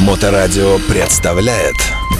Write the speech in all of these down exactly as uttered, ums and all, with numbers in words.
Моторадио представляет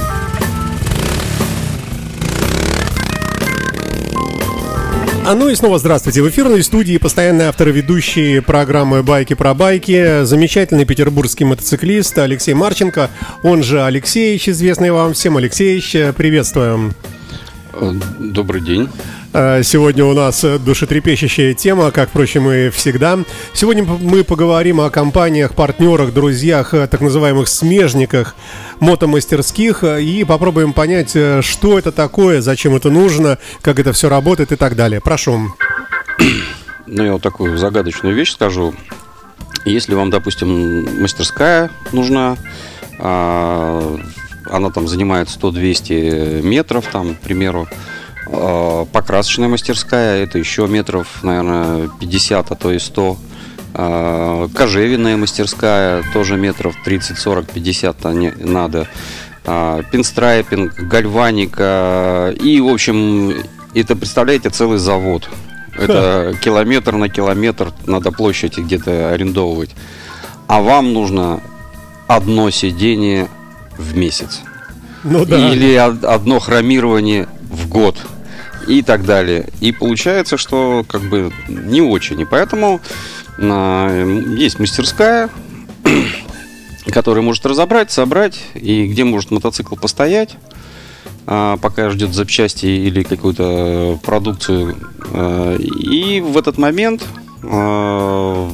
А ну и снова здравствуйте. В эфирной студии постоянный автор и ведущий программы «Байки про байки», замечательный петербургский мотоциклист Алексей Марченко, он же Алексеич, известный вам всем. Алексеич, приветствуем. Добрый день. Сегодня у нас душетрепещущая тема, как, впрочем, и всегда. Сегодня мы поговорим о компаниях, партнерах, друзьях, так называемых смежниках мотомастерских и попробуем понять, что это такое, зачем это нужно, как это все работает и так далее. Прошу. Ну, я вот такую загадочную вещь скажу. Если вам, допустим, мастерская нужна, она там занимает сто-двести метров, там, к примеру, покрасочная мастерская, это еще метров, наверное, пятьдесят, а то и сто. Кожевенная мастерская, тоже метров тридцать, сорок, пятьдесят надо. Пинстрайпинг, гальваника. И, в общем, это, представляете, целый завод. Это километр на километр надо площадь где-то арендовывать. А вам нужно одно сидение в месяц. Ну, да. Или одно хромирование в год. И так далее. И получается, что как бы не очень. И поэтому а, есть мастерская, которая может разобрать, собрать, и где может мотоцикл постоять, а, пока ждет запчасти или какую-то продукцию. А, и в этот момент а,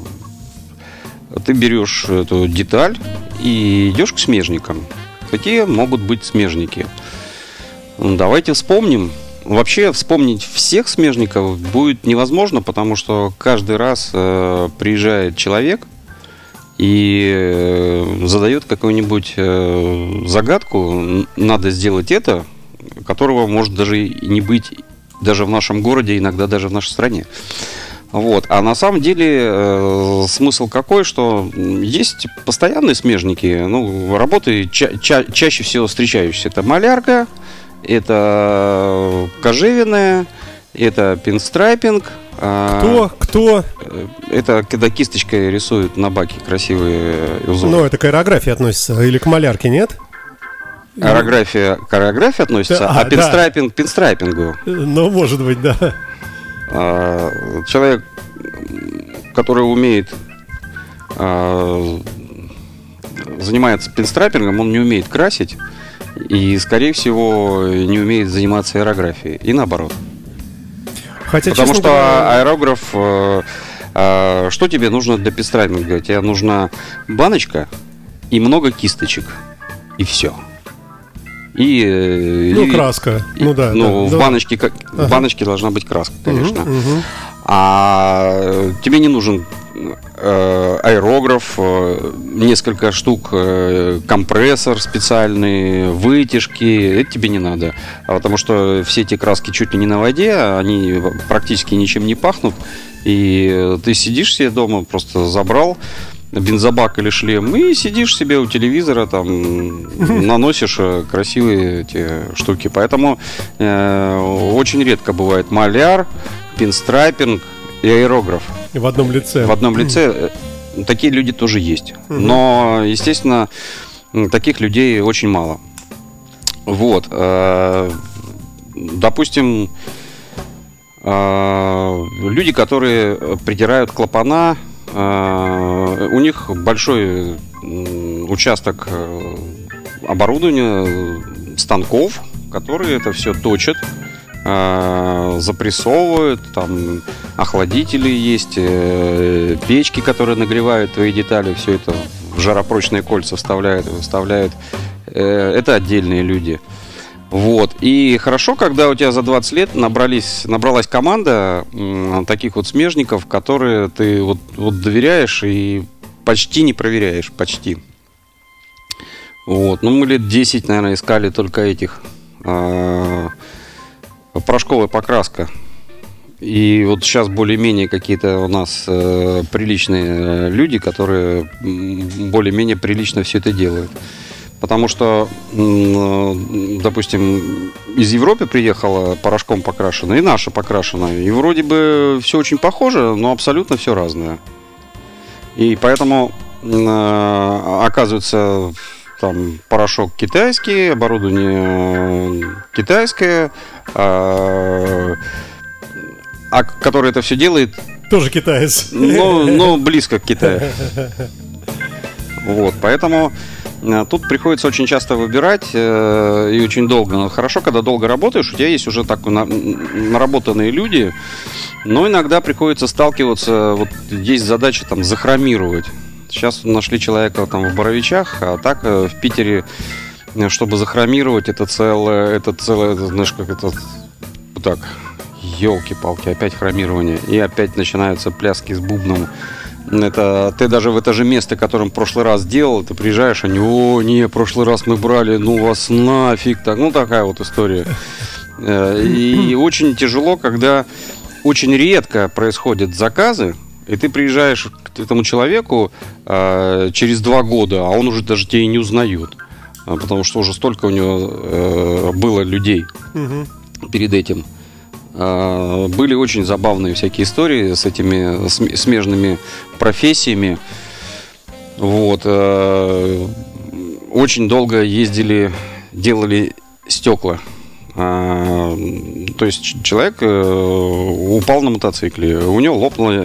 ты берешь эту деталь и идешь к смежникам. Какие могут быть смежники? Давайте вспомним. Вообще вспомнить всех смежников будет невозможно, потому что каждый раз э, приезжает человек и э, задает какую-нибудь э, загадку. Надо сделать это, которого может даже и не быть даже в нашем городе, иногда даже в нашей стране. Вот. А на самом деле э, смысл какой, что есть постоянные смежники, ну, работы ча- ча- чаще всего встречающиеся. Это малярка, это кожевенная, это пинстрайпинг. Кто? Кто? Это когда кисточкой рисуют на баке красивые узоры. Ну, это к аэрографии относится или к малярке, нет? Аэрография к аэрографии относится, а, а пинстрайпинг да. к пинстрайпингу. Ну, может быть, да. Человек, который умеет, занимается пинстрайпингом, он не умеет красить и, скорее всего, не умеет заниматься аэрографией. И наоборот. Хотя, Потому что говоря... аэрограф, что тебе нужно для пинстрайпинга? Тебе нужна баночка и много кисточек. И все. И, ну, и, краска. И, ну, да. Ну, да, в, да. баночке, ага. в баночке должна быть краска, конечно. Угу, угу. А тебе не нужен э, аэрограф, э, несколько штук, э, компрессор специальный, вытяжки. Это тебе не надо. А потому что все эти краски чуть ли не на воде, они практически ничем не пахнут. И ты сидишь себе дома, просто забрал бензобак или шлем и сидишь себе у телевизора, там наносишь красивые эти штуки. Поэтому э, очень редко бывает маляр, пинстрайпинг и аэрограф в одном лице. В одном лице такие люди тоже есть. Но, естественно, таких людей очень мало. Вот. Э, допустим, э, люди, которые придирают клапана, у них большой участок оборудования, станков, которые это все точат, запрессовывают, там охладители есть, печки, которые нагревают твои детали, все это в жаропрочные кольца вставляют, выставляют. Это отдельные люди. Вот. И хорошо, когда у тебя за двадцать лет набрались, набралась команда м, таких вот смежников, которые ты вот, вот доверяешь и почти не проверяешь, почти. Вот. Ну, мы лет десять, наверное, искали только этих. Э, порошковая покраска. И вот сейчас более-менее какие-то у нас э, приличные люди, которые более-менее прилично все это делают. Потому что, допустим, из Европы приехала порошком покрашена и наша покрашена. И вроде бы все очень похоже, но абсолютно все разное. И поэтому э, оказывается, там порошок китайский, оборудование китайское, э, а который это все делает... Тоже китаец. Ну, ну близко к Китаю. Вот, поэтому э, тут приходится очень часто выбирать э, и очень долго. Но хорошо, когда долго работаешь, у тебя есть уже так на, наработанные люди, но иногда приходится сталкиваться, вот есть задача там захромировать. Сейчас нашли человека там в Боровичах, а так э, в Питере, чтобы захромировать, это целое, это целое, это, знаешь, как это, вот так, елки-палки, опять хромирование, и опять начинаются пляски с бубном. Это ты даже в это же место, которое в прошлый раз делал, ты приезжаешь, они: о, не, в прошлый раз мы брали, ну вас нафиг так. Ну, такая вот история. И очень тяжело, когда очень редко происходят заказы, и ты приезжаешь к этому человеку через два года, а он уже даже тебя и не узнает, потому что уже столько у него было людей перед этим. Были очень забавные всякие истории с этими смежными профессиями. Вот. Очень долго ездили, делали стекла. То есть человек упал на мотоцикле, у него лопнуло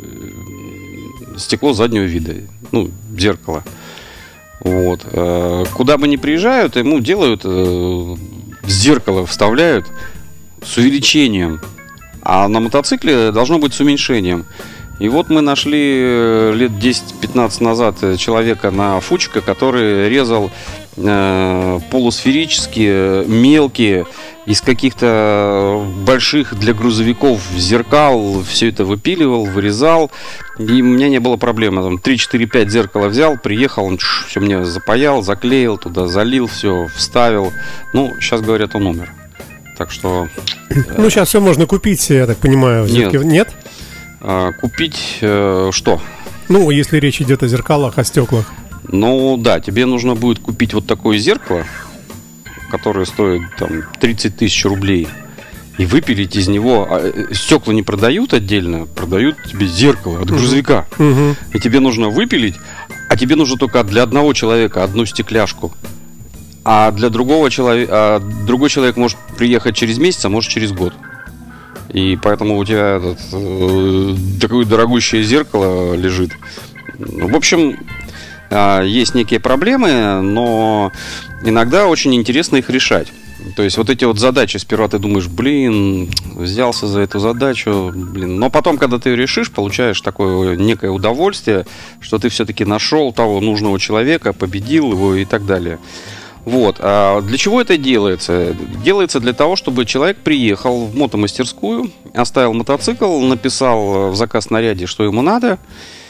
стекло заднего вида, ну, зеркало. Вот. Куда бы ни приезжают, ему делают, зеркало вставляют с увеличением, а на мотоцикле должно быть с уменьшением. И вот мы нашли лет десять-пятнадцать назад человека на Фучика, который резал э, полусферические, мелкие, из каких-то больших для грузовиков зеркал, все это выпиливал, вырезал, и у меня не было проблемы. Там три-четыре-пять зеркала взял, приехал, он все мне запаял, заклеил, туда залил, все, вставил. Ну, сейчас, говорят, он умер. Так что... Ну, сейчас все можно купить, я так понимаю, в зеркале. Нет? Нет? А, купить э, что? Ну, если речь идет о зеркалах, о стеклах. Ну, да, тебе нужно будет купить вот такое зеркало, которое стоит там тридцать тысяч рублей, и выпилить из него... А, стекла не продают отдельно, продают тебе зеркало от грузовика. Угу. И тебе нужно выпилить, а тебе нужно только для одного человека одну стекляшку. А для другого человека, а другой человек может приехать через месяц, а может через год. И поэтому у тебя этот, э, такое дорогущее зеркало лежит. В общем, э, есть некие проблемы, но иногда очень интересно их решать. То есть вот эти вот задачи, сперва ты думаешь: блин, взялся за эту задачу, блин. Но потом, когда ты ее решишь, получаешь такое некое удовольствие, что ты все-таки нашел того нужного человека, победил его и так далее. Вот. А для чего это делается? Делается для того, чтобы человек приехал в мотомастерскую, оставил мотоцикл, написал в заказ наряде, что ему надо,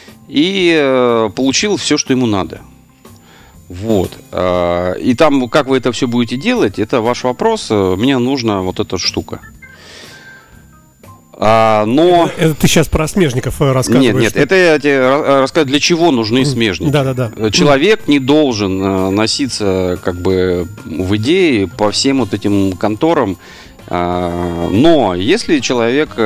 и получил все, что ему надо. Вот. И там, как вы это все будете делать, это ваш вопрос. Мне нужна вот эта штука. А, но... Это, это ты сейчас про смежников рассказываешь? Нет, нет, что... это я тебе рассказываю, для чего нужны смежники. Да, да, да. Человек не должен носиться, как бы, в идее по всем вот этим конторам. Но если человек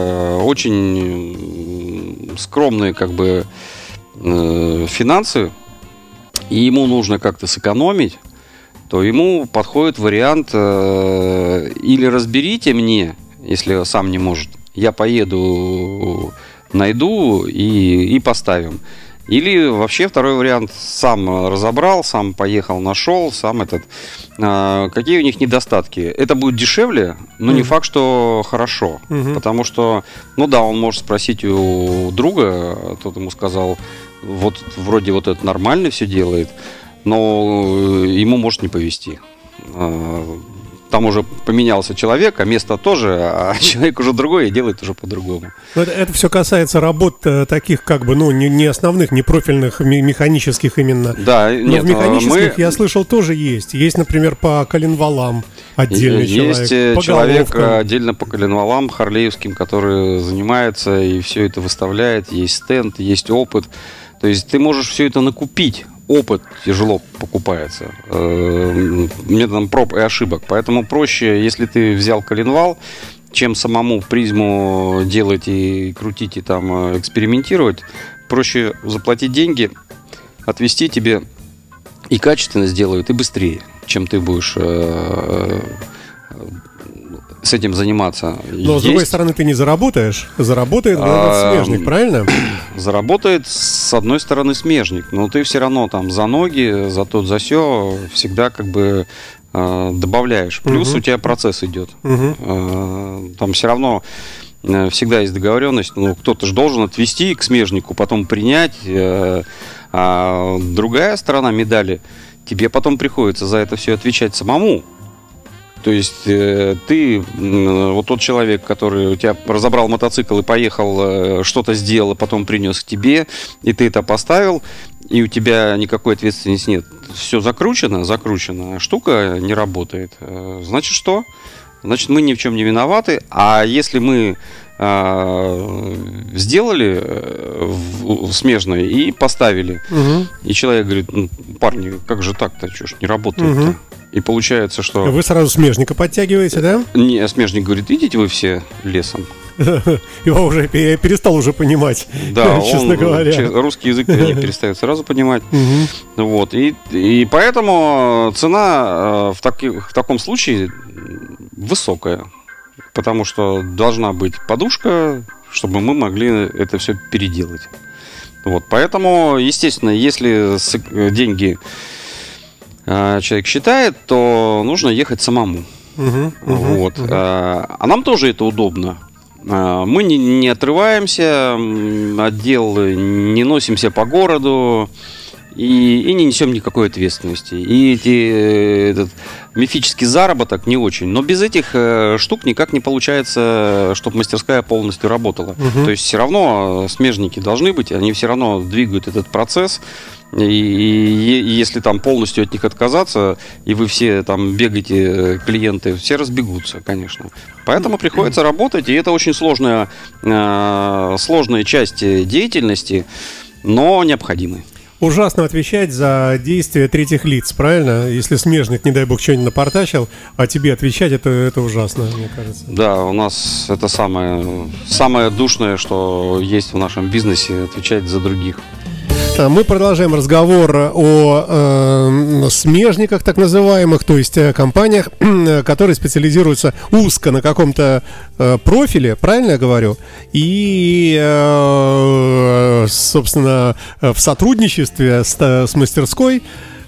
очень скромные, как бы, финансы, и ему нужно как-то сэкономить, то ему подходит вариант: или разберите мне, если сам не может, я поеду, найду и, и поставим. Или вообще второй вариант: сам разобрал, сам поехал, нашел, сам этот. А, какие у них недостатки? Это будет дешевле, но mm. не факт, что хорошо. Mm-hmm. Потому что, ну да, он может спросить у друга, тот ему сказал: вот вроде вот это нормально все делает, но ему может не повезти. Там уже поменялся человек, а место тоже, а человек уже другой и делает уже по-другому. Это, это все касается работ таких, как бы, ну, не, не основных, не профильных, механических именно. Да, но нет, в механических, мы... я слышал, тоже есть. Есть, например, по коленвалам отдельный есть человек. Есть человек отдельно по коленвалам харлеевским, который занимается и все это выставляет. Есть стенд, есть опыт. То есть ты можешь все это накупить. Опыт тяжело покупается методом проб и ошибок. Поэтому проще, если ты взял коленвал, чем самому призму делать и крутить, и там экспериментировать. Проще заплатить деньги отвезти тебе и качественно сделают, и быстрее, чем ты будешь э, с этим заниматься. Но, есть... с другой стороны, ты не заработаешь. Заработает а, смежник, правильно? Заработает, с одной стороны, смежник. Но ты все равно там за ноги, за тот, за сё всегда как бы э, добавляешь. Плюс угу. у тебя процесс идет. Угу. Э, там все равно э, всегда есть договоренность. Ну, кто-то же должен отвезти к смежнику, потом принять. Э, а другая сторона медали, тебе потом приходится за это все отвечать самому. То есть э, ты, э, вот тот человек, который у тебя разобрал мотоцикл и поехал, э, что-то сделал, потом принес к тебе, и ты это поставил, и у тебя никакой ответственности нет. Все закручено, закручено, а штука не работает. Э, значит, что? Значит, мы ни в чем не виноваты. А если мы э, сделали э, в, в смежное и поставили, угу. и человек говорит, ну, парни, как же так-то, что ж не работает-то? Угу. И получается, что... Вы сразу смежника подтягиваете, да? Не, смежник говорит, идите вы все лесом. Его уже перестал уже понимать, да, честно он, говоря. Русский язык не перестает сразу понимать. Угу. Вот, и, и поэтому цена в, таки, в таком случае высокая. Потому что должна быть подушка, чтобы мы могли это все переделать. Вот, поэтому, естественно, если деньги... человек считает, то нужно ехать самому. Uh-huh, uh-huh, вот. uh-huh. А нам тоже это удобно. Мы не, не отрываемся от дел, не носимся по городу и, и не несем никакой ответственности. И эти, этот мифический заработок не очень. Но без этих штук никак не получается, чтобы мастерская полностью работала. Uh-huh. То есть все равно смежники должны быть, они все равно двигают этот процесс. И, и, и если там полностью от них отказаться, и вы все там бегаете, клиенты, все разбегутся, конечно. Поэтому приходится работать, и это очень сложная, э, сложная часть деятельности, но необходимая. Ужасно отвечать за действия третьих лиц, правильно? Если смежник, не дай бог, что-нибудь напортачил, а тебе отвечать, это, это ужасно, мне кажется. Да, у нас это самое, самое душное, что есть в нашем бизнесе, отвечать за других. Мы продолжаем разговор о э, смежниках, так называемых, то есть о компаниях, которые специализируются узко на каком-то э, профиле, правильно я говорю? И, э, собственно, в сотрудничестве с, с мастерской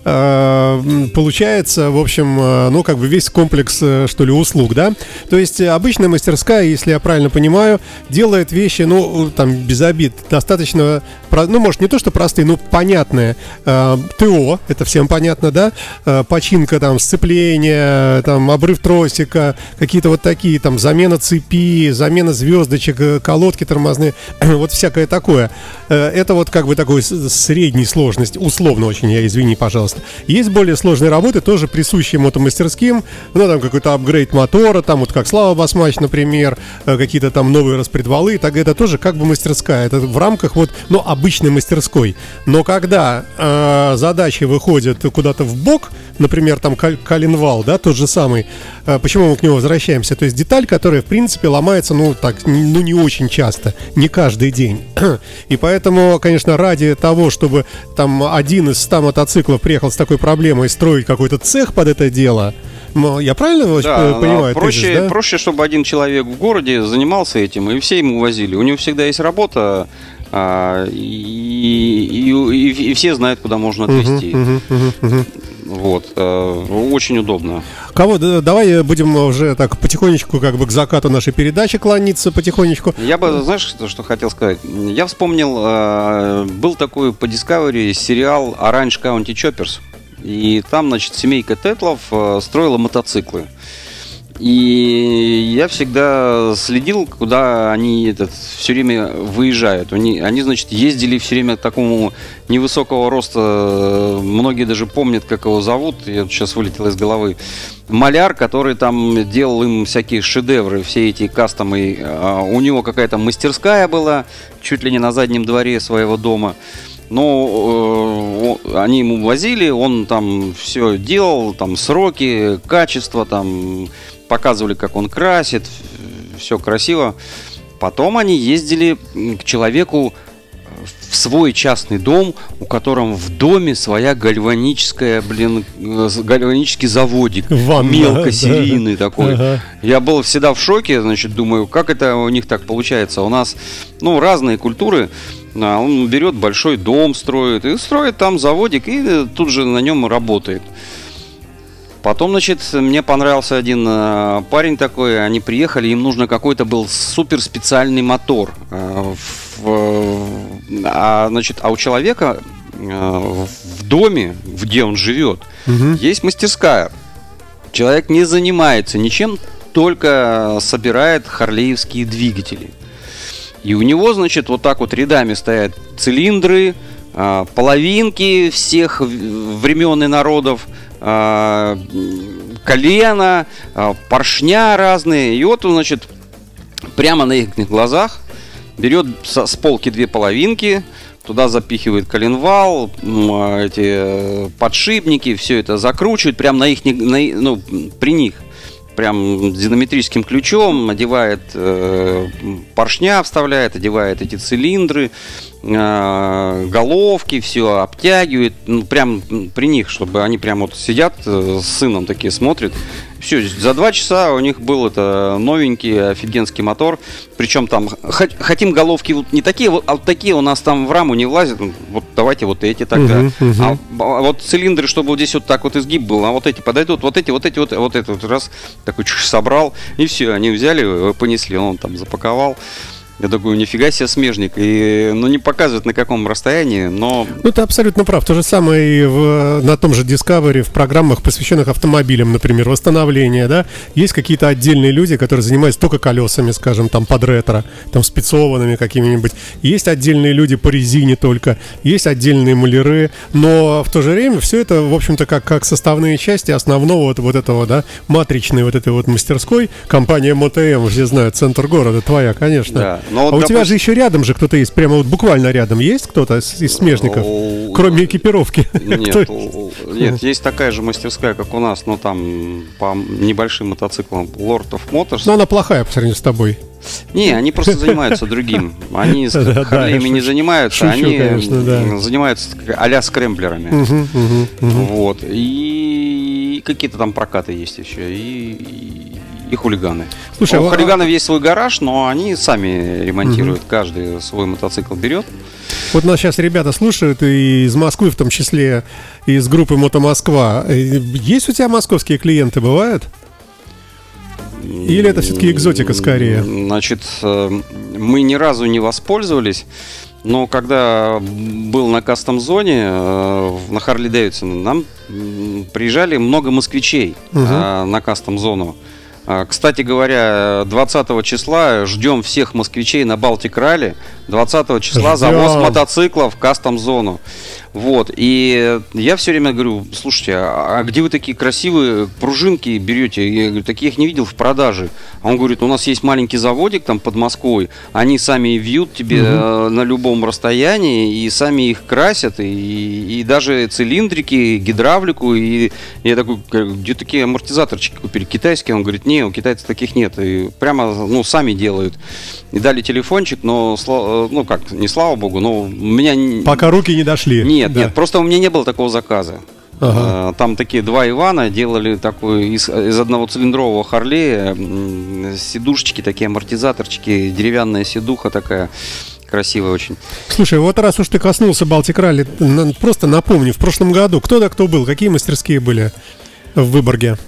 получается, в общем, ну, как бы весь комплекс, что ли, услуг, да? То есть обычная мастерская, если я правильно понимаю, делает вещи, ну, там, без обид, достаточно, ну, может, не то, что простые, но понятные. ТО, это всем понятно, да? Починка, там, сцепление, там, обрыв тросика, какие-то вот такие, там, замена цепи, замена звездочек, колодки тормозные, вот всякое такое. Это вот как бы такой средней сложности, условно очень, я извини, пожалуйста. Есть более сложные работы, тоже присущие мотомастерским. Ну, там какой-то апгрейд мотора, там вот как Слава Басмач, например, какие-то там новые распредвалы. Так это тоже как бы мастерская. Это в рамках вот, ну, обычной мастерской. Но когда э, задачи выходят куда-то в бок, например, там коленвал, да, тот же самый, э, почему мы к нему возвращаемся? То есть деталь, которая, в принципе, ломается, ну, так, ну, не очень часто, не каждый день. И поэтому, конечно, ради того, чтобы там один из ста мотоциклов приехал с такой проблемой строить какой-то цех под это дело, я правильно да, понимаю? Проще, тезис, да? проще, чтобы один человек в городе занимался этим, и все ему возили. У него всегда есть работа, а, и, и, и, и все знают, куда можно отвезти. Uh-huh, uh-huh, uh-huh. Вот, э, очень удобно. Кого, да, давай будем уже так потихонечку как бы к закату нашей передачи клониться потихонечку. Я бы, знаешь, что, что хотел сказать? Я вспомнил, э, был такой по Discovery сериал Orange County Choppers. И там, значит, семейка Тетлов э, строила мотоциклы. И я всегда следил, куда они этот, все время выезжают. Они, они, значит, ездили все время к такому невысокого роста. Многие даже помнят, как его зовут. Я сейчас вылетел из головы. Маляр, который там делал им всякие шедевры, все эти кастомы. У него какая-то мастерская была, чуть ли не на заднем дворе своего дома. Но э, они ему возили, он там все делал, там сроки, качество, там показывали, как он красит, все красиво. Потом они ездили к человеку в свой частный дом, у которого в доме своя гальваническая, блин, гальванический заводик. Ванна, мелкосерийный да. такой. Ага. Я был всегда в шоке, значит, думаю, как это у них так получается. У нас, ну, разные культуры. Он берет большой дом, строит, и строит там заводик, и тут же на нем работает. Потом, значит, мне понравился один э, парень такой, они приехали, им нужно какой-то был супер специальный мотор. Э, в, а, значит, а у человека э, в доме, где он живет, угу. есть мастерская. Человек не занимается ничем, только собирает харлеевские двигатели. И у него, значит, вот так вот рядами стоят цилиндры, э, половинки всех времен и народов, колено, поршня разные. И вот он, значит, прямо на их глазах берет с полки две половинки, туда запихивает коленвал, эти подшипники, все это закручивает прямо на их, на, ну, при них. Прям динамометрическим ключом одевает э, поршня, вставляет, одевает эти цилиндры, э, головки, все обтягивает, ну, прям при них, чтобы они прям вот сидят э, с сыном такие смотрят. Все, за два часа у них был это новенький офигенский мотор. Причем там хотим головки вот не такие, а вот такие у нас там в раму не влазят. Вот давайте вот эти тогда. Uh-huh, uh-huh. А, а вот цилиндры, чтобы вот здесь вот так вот изгиб был, а вот эти подойдут, вот эти, вот эти, вот, вот этот вот раз такой чуть собрал, и все, они взяли, понесли, он там запаковал. Я такой, нифига себе смежник. И, ну, не показывает на каком расстоянии, но... Ну, ты абсолютно прав. То же самое и в, на том же Discovery, в программах, посвященных автомобилям, например, восстановление, да. Есть какие-то отдельные люди, которые занимаются только колесами, скажем, там, под ретро, там, спецованными какими-нибудь. Есть отдельные люди по резине только, есть отдельные маляры, но в то же время все это, в общем-то, как, как составные части основного вот, вот этого, да, матричной вот этой вот мастерской. Компания МОТМ, все знают, центр города, твоя, конечно. Да. Но вот, а у допустим... тебя же еще рядом же кто-то есть, прямо вот буквально рядом есть кто-то из смежников, кроме экипировки? Нет, нет, есть такая же мастерская, как у нас, но там по небольшим мотоциклам Lord of Motors. Но она плохая по сравнению с тобой. Не, они просто занимаются другим. Они с Харлеями не занимаются, они занимаются а-ля скрэмблерами. Вот. И какие-то там прокаты есть еще. И и хулиганы. Слушай, у хулиганов есть свой гараж, но они сами ремонтируют. Угу. Каждый свой мотоцикл берет. Вот нас сейчас ребята слушают, и из Москвы, в том числе из группы Мото Москва. Есть у тебя московские клиенты, бывают? Или это все-таки экзотика скорее? Значит, мы ни разу не воспользовались. Но когда был на кастом-зоне на Харли Дэвидсон, нам приезжали много москвичей угу. на кастом-зону. Кстати говоря, двадцатого числа ждем всех москвичей на Балтик Ралли. двадцатого числа ждем. Завоз мотоциклов в кастом-зону. Вот. И я все время говорю, слушайте, а где вы такие красивые пружинки берете? Я говорю, таких не видел в продаже. А он говорит, у нас есть маленький заводик там под Москвой. Они сами вьют тебе угу. на любом расстоянии и сами их красят. И, и даже цилиндрики, гидравлику. И я такой, где такие амортизаторчики купили? Китайские? Он говорит, не, у китайцев таких нет. И прямо, ну, сами делают. И дали телефончик, но, ну как, не слава богу, но у меня... Пока руки не дошли. Нет, да. нет, просто у меня не было такого заказа. Ага. Там такие два Ивана делали такой из, из одного цилиндрового Харлея сидушечки, такие амортизаторчики, деревянная сидуха такая. Красиво очень. Слушай, вот раз уж ты коснулся Балтик Ралли, просто напомни, в прошлом году кто да кто был, какие мастерские были в Выборге?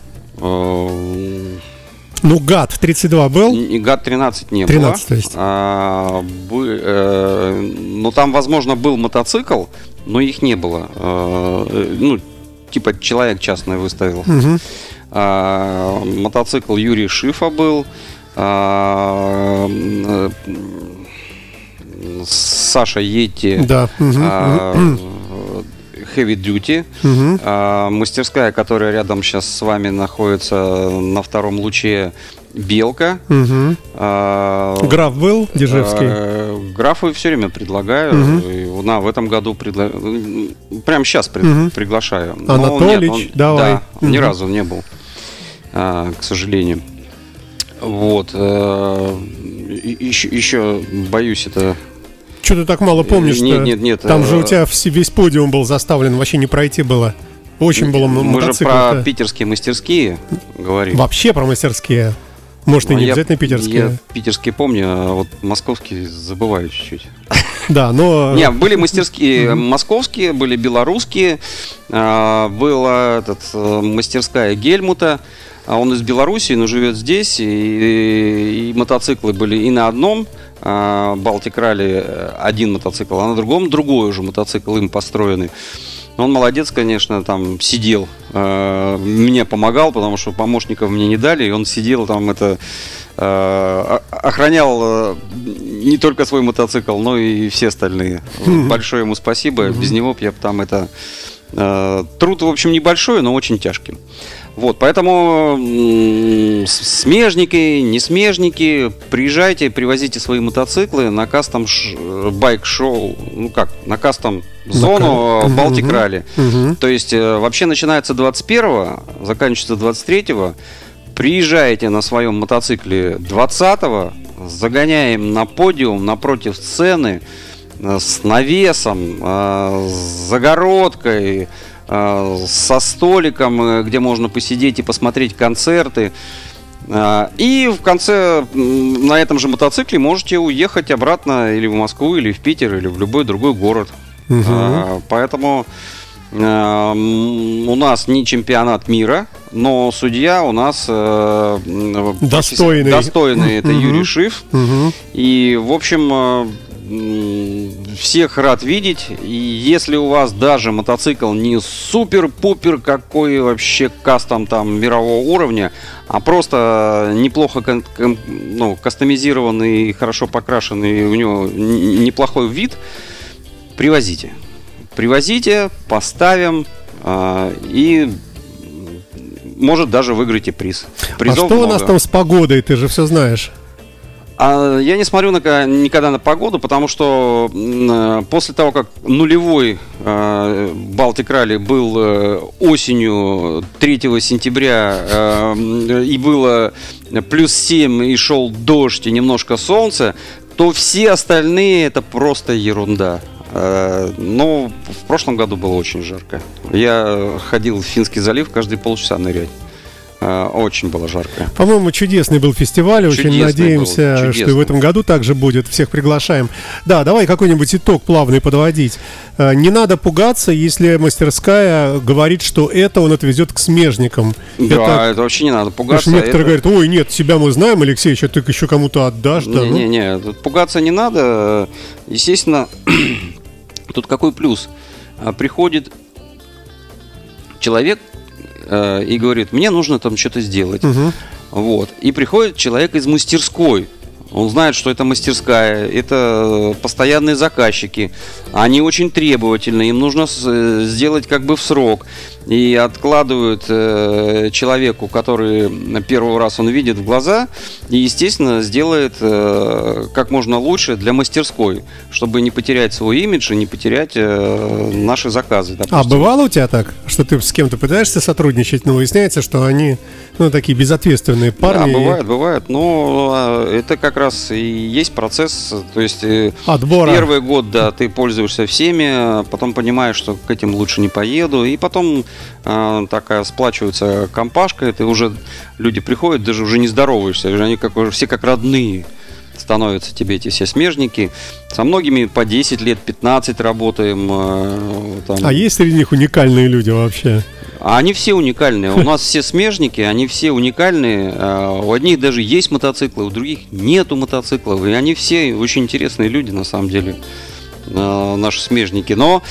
Ну, ГАТ тридцать два был? И ГАТ тринадцать не тринадцать, было. То есть. А, бы, э, ну, там, возможно, был мотоцикл, но их не было. А, ну, типа человек частный выставил. Угу. А, мотоцикл Юрий Шифа был. А, Саша Йетти. Да. Угу. А, Heavy Duty, угу. а, мастерская, которая рядом сейчас с вами находится на втором луче, Белка. Угу. А, Граф был, Дежевский? А, Графы все время предлагаю. Угу. И, на, в этом году предла... прямо сейчас пред... угу. приглашаю. Но Анатолич, нет, он... давай. Да, угу. ни разу не был, а, к сожалению. Вот. А, еще, еще боюсь это... Что ты так мало помнишь? Нет, нет, нет. Там же у тебя весь подиум был заставлен, вообще не пройти было. Очень было много мотоциклов. Мы же про питерские мастерские говорим. Вообще про мастерские. Может, и не я, обязательно питерские. Я питерские помню, а вот московские забываю чуть-чуть. Да, но... Не, были мастерские московские, были белорусские. Была этот, мастерская Гельмута. Он из Белоруссии, но живет здесь. И, и мотоциклы были и на одном Балтик Ралли один мотоцикл, а на другом другой уже мотоцикл им построенный. Он молодец, конечно, там сидел, э, мне помогал, потому что помощников мне не дали, и он сидел там, это э, охранял э, не только свой мотоцикл, но и все остальные. Mm-hmm. Большое ему спасибо, mm-hmm. без него я бы там это... Э, труд, в общем, небольшой, но очень тяжкий. Вот, поэтому м- смежники, не смежники, приезжайте, привозите свои мотоциклы на кастом ш- байк-шоу, ну как, на кастом зону Балтик Ралли. Uh-huh. То есть э, вообще начинается двадцать первого, заканчивается двадцать третьего. Приезжаете на своем мотоцикле двадцатого, загоняем на подиум напротив сцены э, с навесом, э, с загородкой, со столиком, где можно посидеть и посмотреть концерты. И в конце на этом же мотоцикле можете уехать обратно или в Москву, или в Питер, или в любой другой город. Угу. Поэтому у нас не чемпионат мира, но судья у нас достойный, достойный это угу. Юрий Шиф. Угу. И, в общем, всех рад видеть. И если у вас даже мотоцикл не супер-пупер какой вообще кастом там мирового уровня, а просто неплохо кон- кон- ну, кастомизированный, хорошо покрашенный, у него н- неплохой вид, привозите. Привозите, поставим э- и может даже выиграете приз. Призов а что много. У нас там с погодой, ты же все знаешь. А я не смотрю на, никогда на погоду, потому что э, после того, как нулевой э, Балтик Ралли был э, осенью третьего сентября э, и было плюс семь, и шел дождь, и немножко солнца, то все остальные это просто ерунда. Э, но в прошлом году было очень жарко. Я ходил в Финский залив каждые полчаса нырять. Очень было жарко. По-моему, чудесный был фестиваль. Чудесный очень надеемся, был, что и в этом году также будет. Всех приглашаем. Да, давай какой-нибудь итог плавный подводить. Не надо пугаться, если мастерская говорит, что это он отвезет к смежникам. Да, это, это вообще не надо пугаться. Некоторые это... говорят, ой, нет, себя мы знаем, Алексей, что ты еще кому-то отдашь. Не-не-не, да, ну? Пугаться не надо. Естественно, тут какой плюс? Приходит человек и говорит, мне нужно там что-то сделать. Угу. Вот. И приходит человек из мастерской. Он знает, что это мастерская, это постоянные заказчики. Они очень требовательны, им нужно сделать как бы в срок. И откладывают э, человеку, который первый раз он видит в глаза, и, естественно, сделает э, как можно лучше для мастерской, чтобы не потерять свой имидж и не потерять э, наши заказы. Допустим. А бывало у тебя так, что ты с кем-то пытаешься сотрудничать, но выясняется, что они ну, такие безответственные парни? Да, бывает, бывает. Но это как раз и есть процесс, то есть отбора. Первый год, да, ты пользуешься всеми, потом понимаешь, что к этим лучше не поеду, и потом э, такая сплачивается компашка, это уже люди приходят, даже уже не здороваешься, они как, уже все как родные становятся тебе эти все смежники. Со многими по десять лет, пятнадцать работаем. Э, там. А есть среди них уникальные люди вообще? А они все уникальные. У нас все смежники, они все уникальные. У одних даже есть мотоциклы, у других нету мотоциклов. И они все очень интересные люди, на самом деле, наши смежники. Но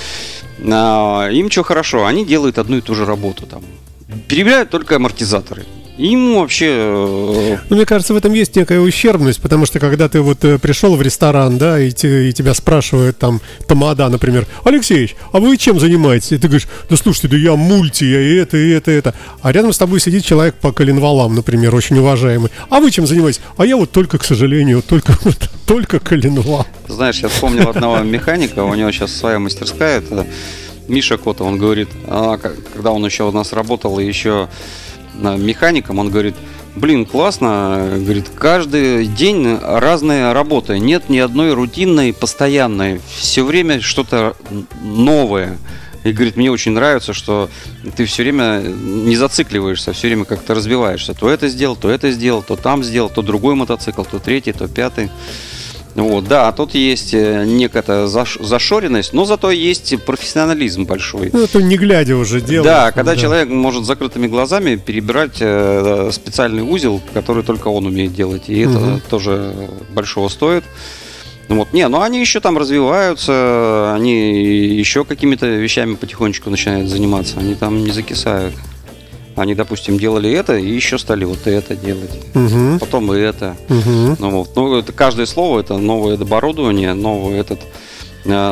им что хорошо, они делают одну и ту же работу. Там. Перебирают только амортизаторы. Им вообще... Ну, мне кажется, в этом есть некая ущербность, потому что когда ты вот пришел в ресторан, да, и, те, и тебя спрашивают там тамада, например, Алексеевич, а вы чем занимаетесь? И ты говоришь, да слушайте, да я мульти, я и это, и это, и это. А рядом с тобой сидит человек по коленвалам, например, очень уважаемый. А вы чем занимаетесь? А я вот только, к сожалению, только, вот, только коленвал. Знаешь, я вспомнил одного механика, у него сейчас своя мастерская, это Миша Кота, он говорит, когда он еще у нас работал и еще... механиком, он говорит, блин, классно, говорит, каждый день разная работа, нет ни одной рутинной, постоянной, все время что-то новое. И говорит, мне очень нравится, что ты все время не зацикливаешься, все время как-то развиваешься. То это сделал, то это сделал, то там сделал, то другой мотоцикл, то третий, то пятый. Вот, да, тут есть некая зашоренность, но зато есть профессионализм большой. Ну, это не глядя уже делаешь. Да, когда да. человек может с закрытыми глазами перебирать э, специальный узел, который только он умеет делать, и это угу. тоже большого стоит. Вот. Не, ну они еще там развиваются, они еще какими-то вещами потихонечку начинают заниматься, они там не закисают. Они, допустим, делали это и еще стали вот это делать. Угу. Потом и это. Угу. Ну, вот. Ну, это каждое слово это новое оборудование, новый этот э,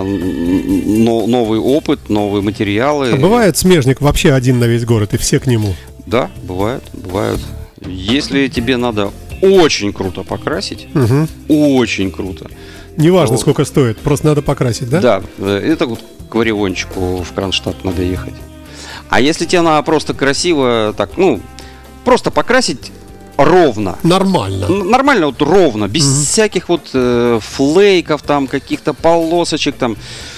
но, новый опыт, новые материалы. А бывает смежник вообще один на весь город и все к нему? Да, бывает, бывают. Если тебе надо очень круто покрасить, угу. очень круто. Неважно, то... сколько стоит, просто надо покрасить, да? Да, это вот к Вариончику в Кронштадт надо ехать. А если тебе надо просто красиво, так, ну, просто покрасить ровно. Нормально. Нормально, вот ровно, без угу. всяких вот э, флейков, там, каких-то полосочек, там,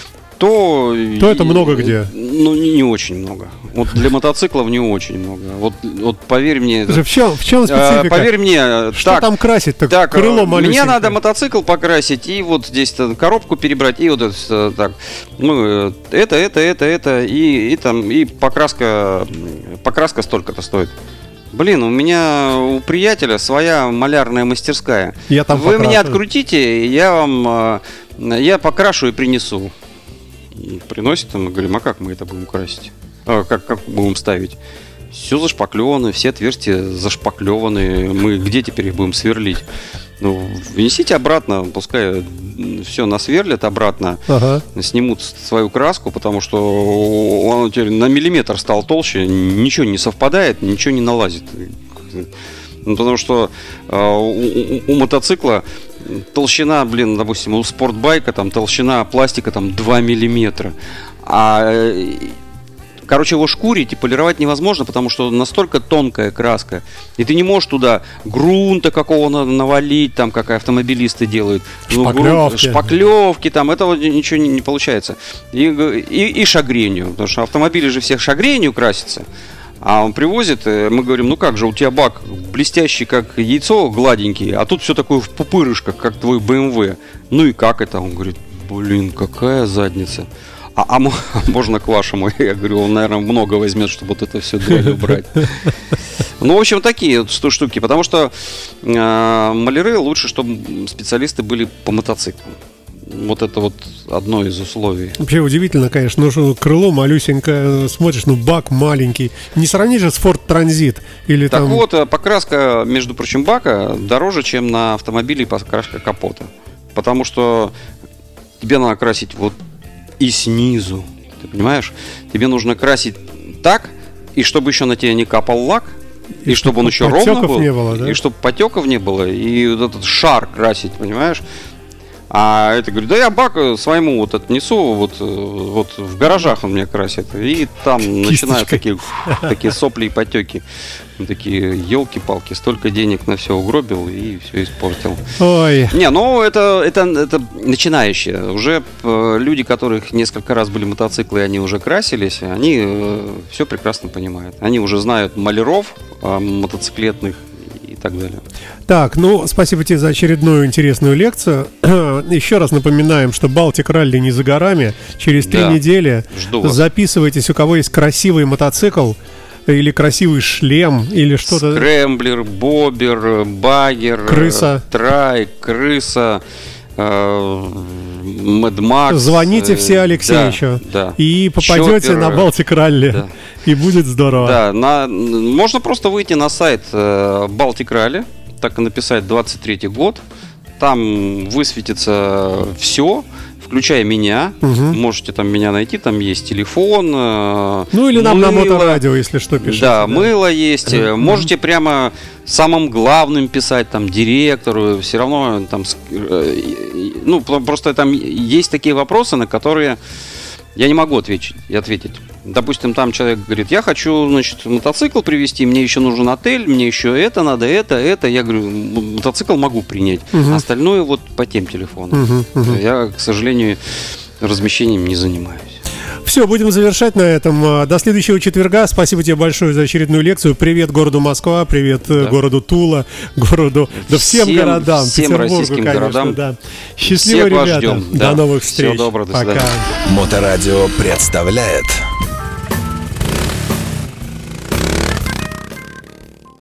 то... То это много где? Ну, не, не очень много. Вот для мотоциклов не очень много. Вот, вот поверь мне... В чем, в чем специфика? Э, поверь мне... Что так, там красить? Так, так крыло малюсенькое. Мне надо мотоцикл покрасить, и вот здесь коробку перебрать, и вот это так. Ну, это, это, это, это, и, и там, и покраска, покраска столько-то стоит. Блин, у меня у приятеля своя малярная мастерская. Я там Вы покрашу. Меня открутите, я вам... Я покрашу и принесу. И приносит, мы говорим, а как мы это будем красить? А, как, как будем ставить? Все зашпаклевано, все отверстия зашпаклеваны. Мы где теперь их будем сверлить? Ну, внесите обратно, пускай все насверлят обратно, ага. снимут свою краску, потому что он теперь на миллиметр стал толще, ничего не совпадает, ничего не налазит. Ну, потому что э, у, у, у мотоцикла толщина, блин, допустим, у спортбайка там толщина пластика там два миллиметра. А, короче, его шкурить и полировать невозможно, потому что настолько тонкая краска. И ты не можешь туда грунта какого надо навалить, там, как автомобилисты делают. Шпаклевки. Ну, грунт, шпаклевки, там, этого ничего не, не получается. И, и, и шагренью, потому что автомобили же всех шагренью красятся. А он привозит, мы говорим, ну как же, у тебя бак блестящий, как яйцо, гладенький, а тут все такое в пупырышках, как твой бэ эм вэ. Ну и как это? Он говорит, блин, какая задница. А, а, а можно к вашему? Я говорю, он, наверное, много возьмет, чтобы вот это все дрянь убрать. Ну, в общем, такие вот штуки. Потому что э, маляры лучше, чтобы специалисты были по мотоциклам. Вот это вот одно из условий. Вообще удивительно, конечно, ну что крыло малюсенькое, смотришь, ну бак маленький. Не сравни же с Ford Transit или так там... вот, покраска, между прочим, бака дороже, чем на автомобиле покраска капота. Потому что тебе надо красить вот и снизу, ты понимаешь? Тебе нужно красить так, и чтобы еще на тебя не капал лак, и, и чтобы он еще ровно был, не было, да? И чтобы потеков не было, и вот этот шар красить, понимаешь? А это говорю, да я бак своему вот отнесу, вот, вот в гаражах он мне красит. И там Кисточкой. Начинают такие, такие сопли и потеки. Такие, елки-палки, столько денег на все угробил и все испортил. Ой. Не, ну это, это, это начинающие. Уже э, люди, которых несколько раз были мотоциклы, и они уже красились, они э, все прекрасно понимают. Они уже знают маляров э, мотоциклетных и так далее. Так, ну, спасибо тебе за очередную интересную лекцию. Еще раз напоминаем, что Балтик Ралли не за горами. Через три да. недели записывайтесь, у кого есть красивый мотоцикл или красивый шлем, или что-то. Скрэмблер, бобер, багер, крыса, трай, крыса, Мэд Макс. Звоните все Алексеевичу, да, да. И попадете Чоппер, на Балтик Ралли, да. И будет здорово. Да, на, можно просто выйти на сайт Балтик Ралли, так и написать двадцать третий год, там высветится все, включая меня. Угу. Можете там меня найти, там есть телефон. Ну или нам мыло, на моторадио, если что, пишите. Да, да. Мыло есть. Угу. Можете прямо самым главным писать, там, директору. Все равно там, ну, просто там есть такие вопросы, на которые я не могу ответить. ответить. Допустим, там человек говорит, я хочу, значит, мотоцикл привезти, мне еще нужен отель, мне еще это надо, это, это. Я говорю, мотоцикл могу принять, угу. остальное вот по тем телефонам. Угу, угу. Я, к сожалению, размещением не занимаюсь. Все, будем завершать на этом. До следующего четверга. Спасибо тебе большое за очередную лекцию. Привет городу Москва, привет да. городу Тула, городу, да всем, всем городам, всем российским конечно, городам. Да. Счастливо, всех ребята. Ждем. До да. новых встреч. Всего доброго, до Пока. свидания. Моторадио представляет